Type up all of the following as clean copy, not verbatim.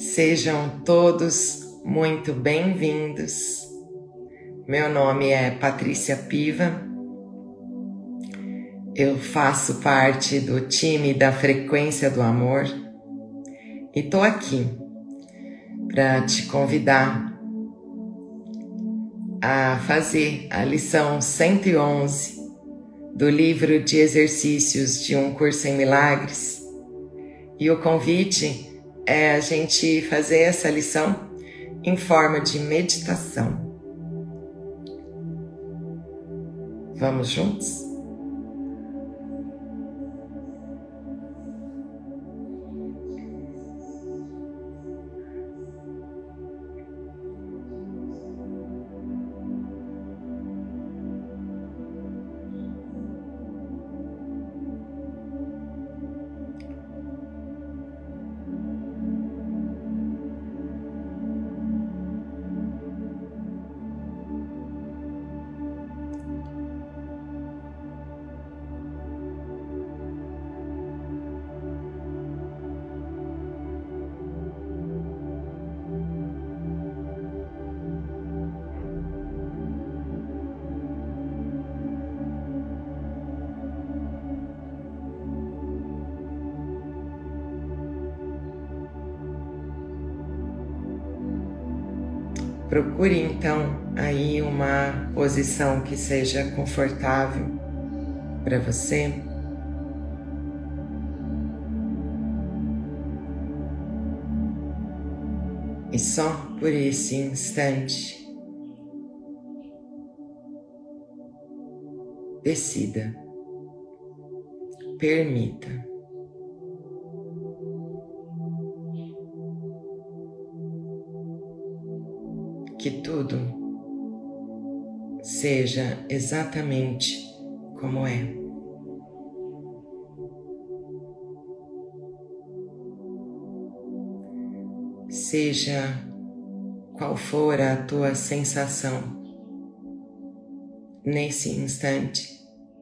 Sejam todos muito bem-vindos. Meu nome é Patrícia Piva. Eu faço parte do time da Frequência do Amor e tô aqui para te convidar a fazer a lição 111 do livro de exercícios de Um Curso em Milagres. E o convite é a gente fazer essa lição em forma de meditação. Vamos juntos? Procure então aí uma posição que seja confortável para você. E só por esse instante, decida, permita. Que tudo seja exatamente como é. Seja qual for a tua sensação nesse instante,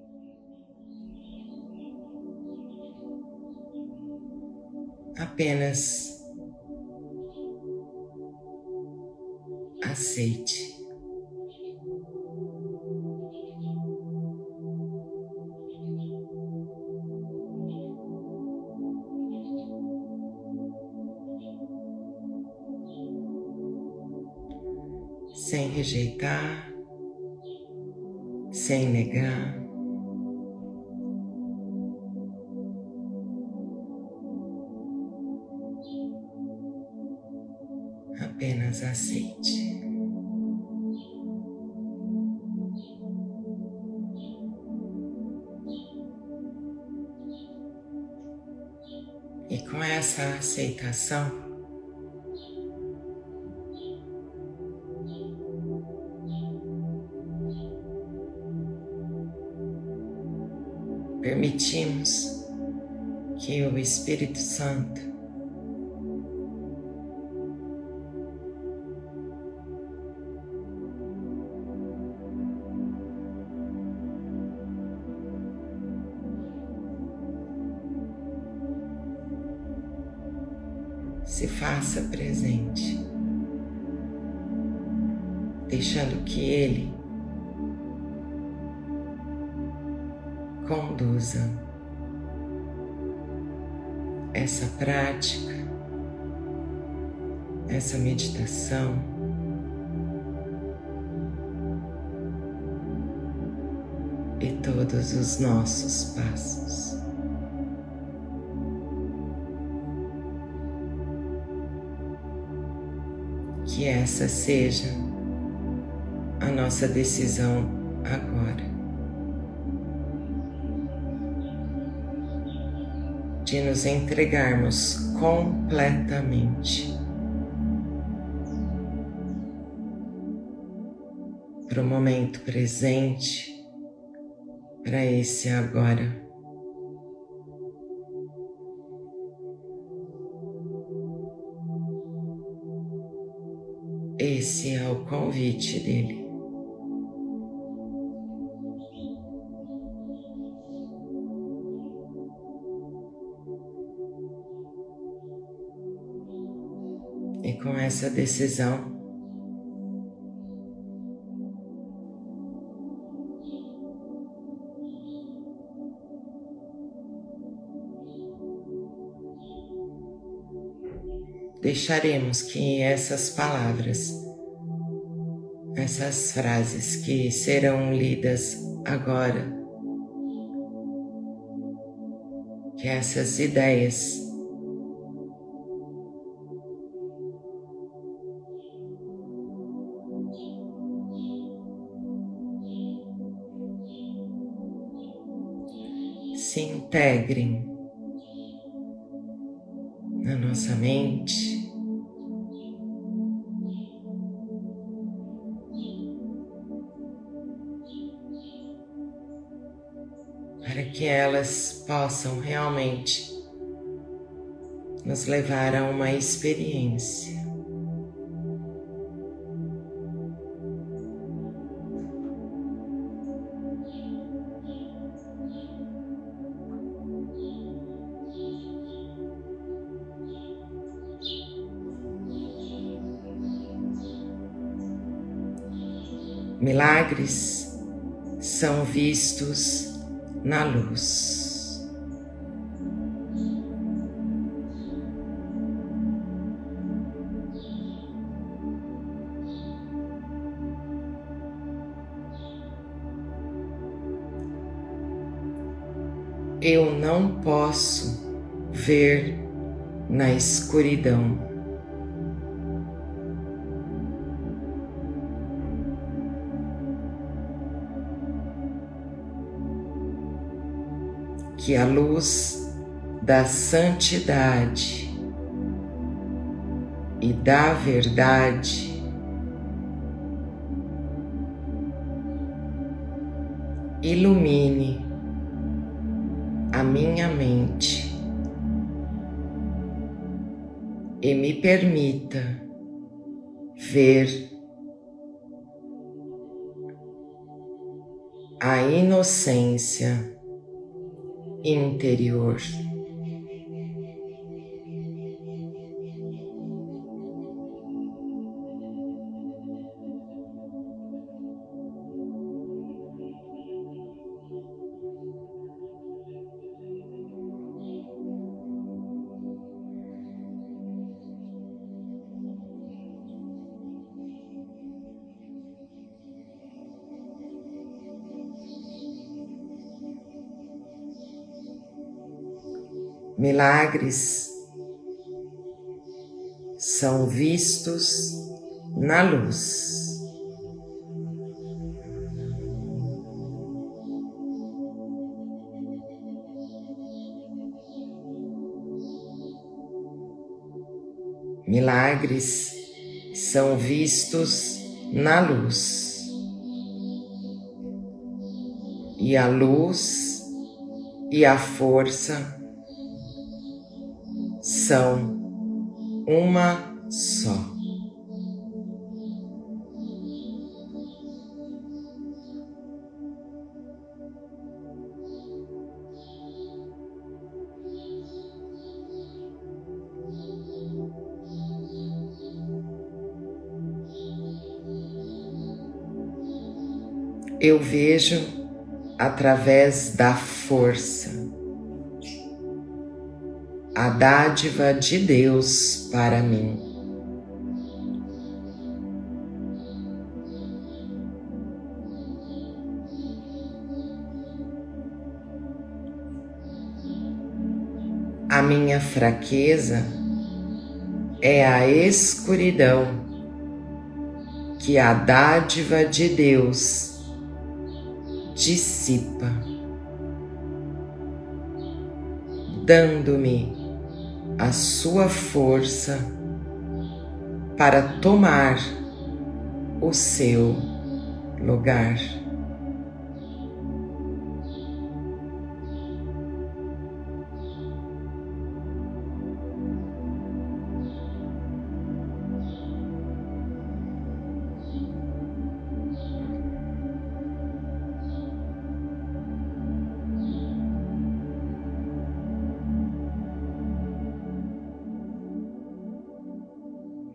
apenas aceite. Sem rejeitar, sem negar. Apenas aceite. E com essa aceitação, permitimos que o Espírito Santo se faça presente, deixando que Ele conduza essa prática, essa meditação, e todos os nossos passos. Que essa seja a nossa decisão agora, de nos entregarmos completamente para o momento presente, para esse agora. Esse é o convite dele. E com essa decisão, deixaremos que essas palavras, essas frases que serão lidas agora, que essas ideias se integrem na nossa mente, para que elas possam realmente nos levar a uma experiência. Milagres são vistos na luz. Eu não posso ver na escuridão. Que a luz da santidade e da verdade ilumine a minha mente e me permita ver a inocência interior. Milagres são vistos na luz. Milagres são vistos na luz. E a luz e a força são uma só. Eu vejo através da força a dádiva de Deus para mim. A minha fraqueza é a escuridão que a dádiva de Deus dissipa, dando-me a sua força para tomar o seu lugar.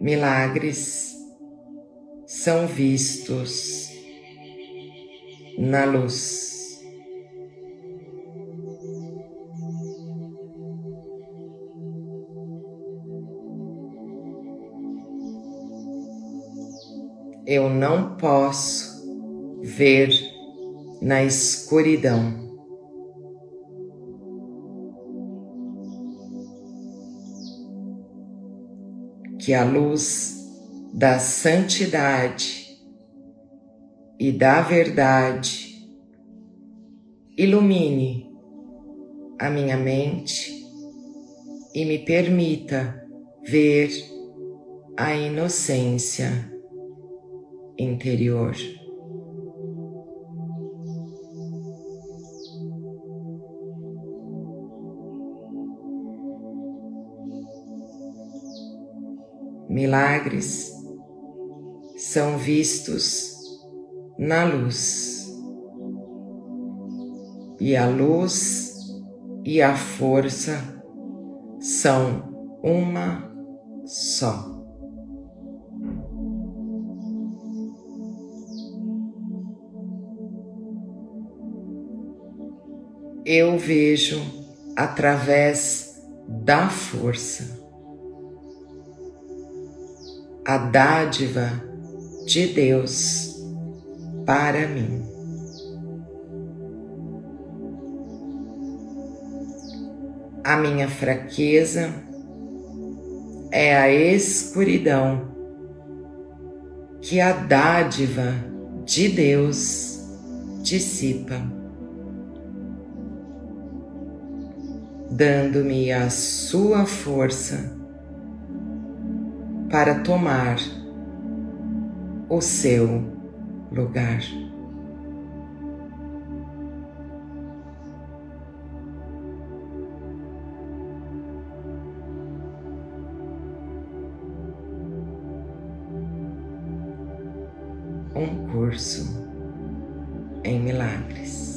Milagres são vistos na luz. Eu não posso ver na escuridão. Que a luz da santidade e da verdade ilumine a minha mente e me permita ver a inocência interior. Milagres são vistos na luz, e a luz e a força são uma só. Eu vejo através da força a dádiva de Deus para mim. A minha fraqueza é a escuridão que a dádiva de Deus dissipa, dando-me a sua força para tomar o seu lugar. Um curso em milagres.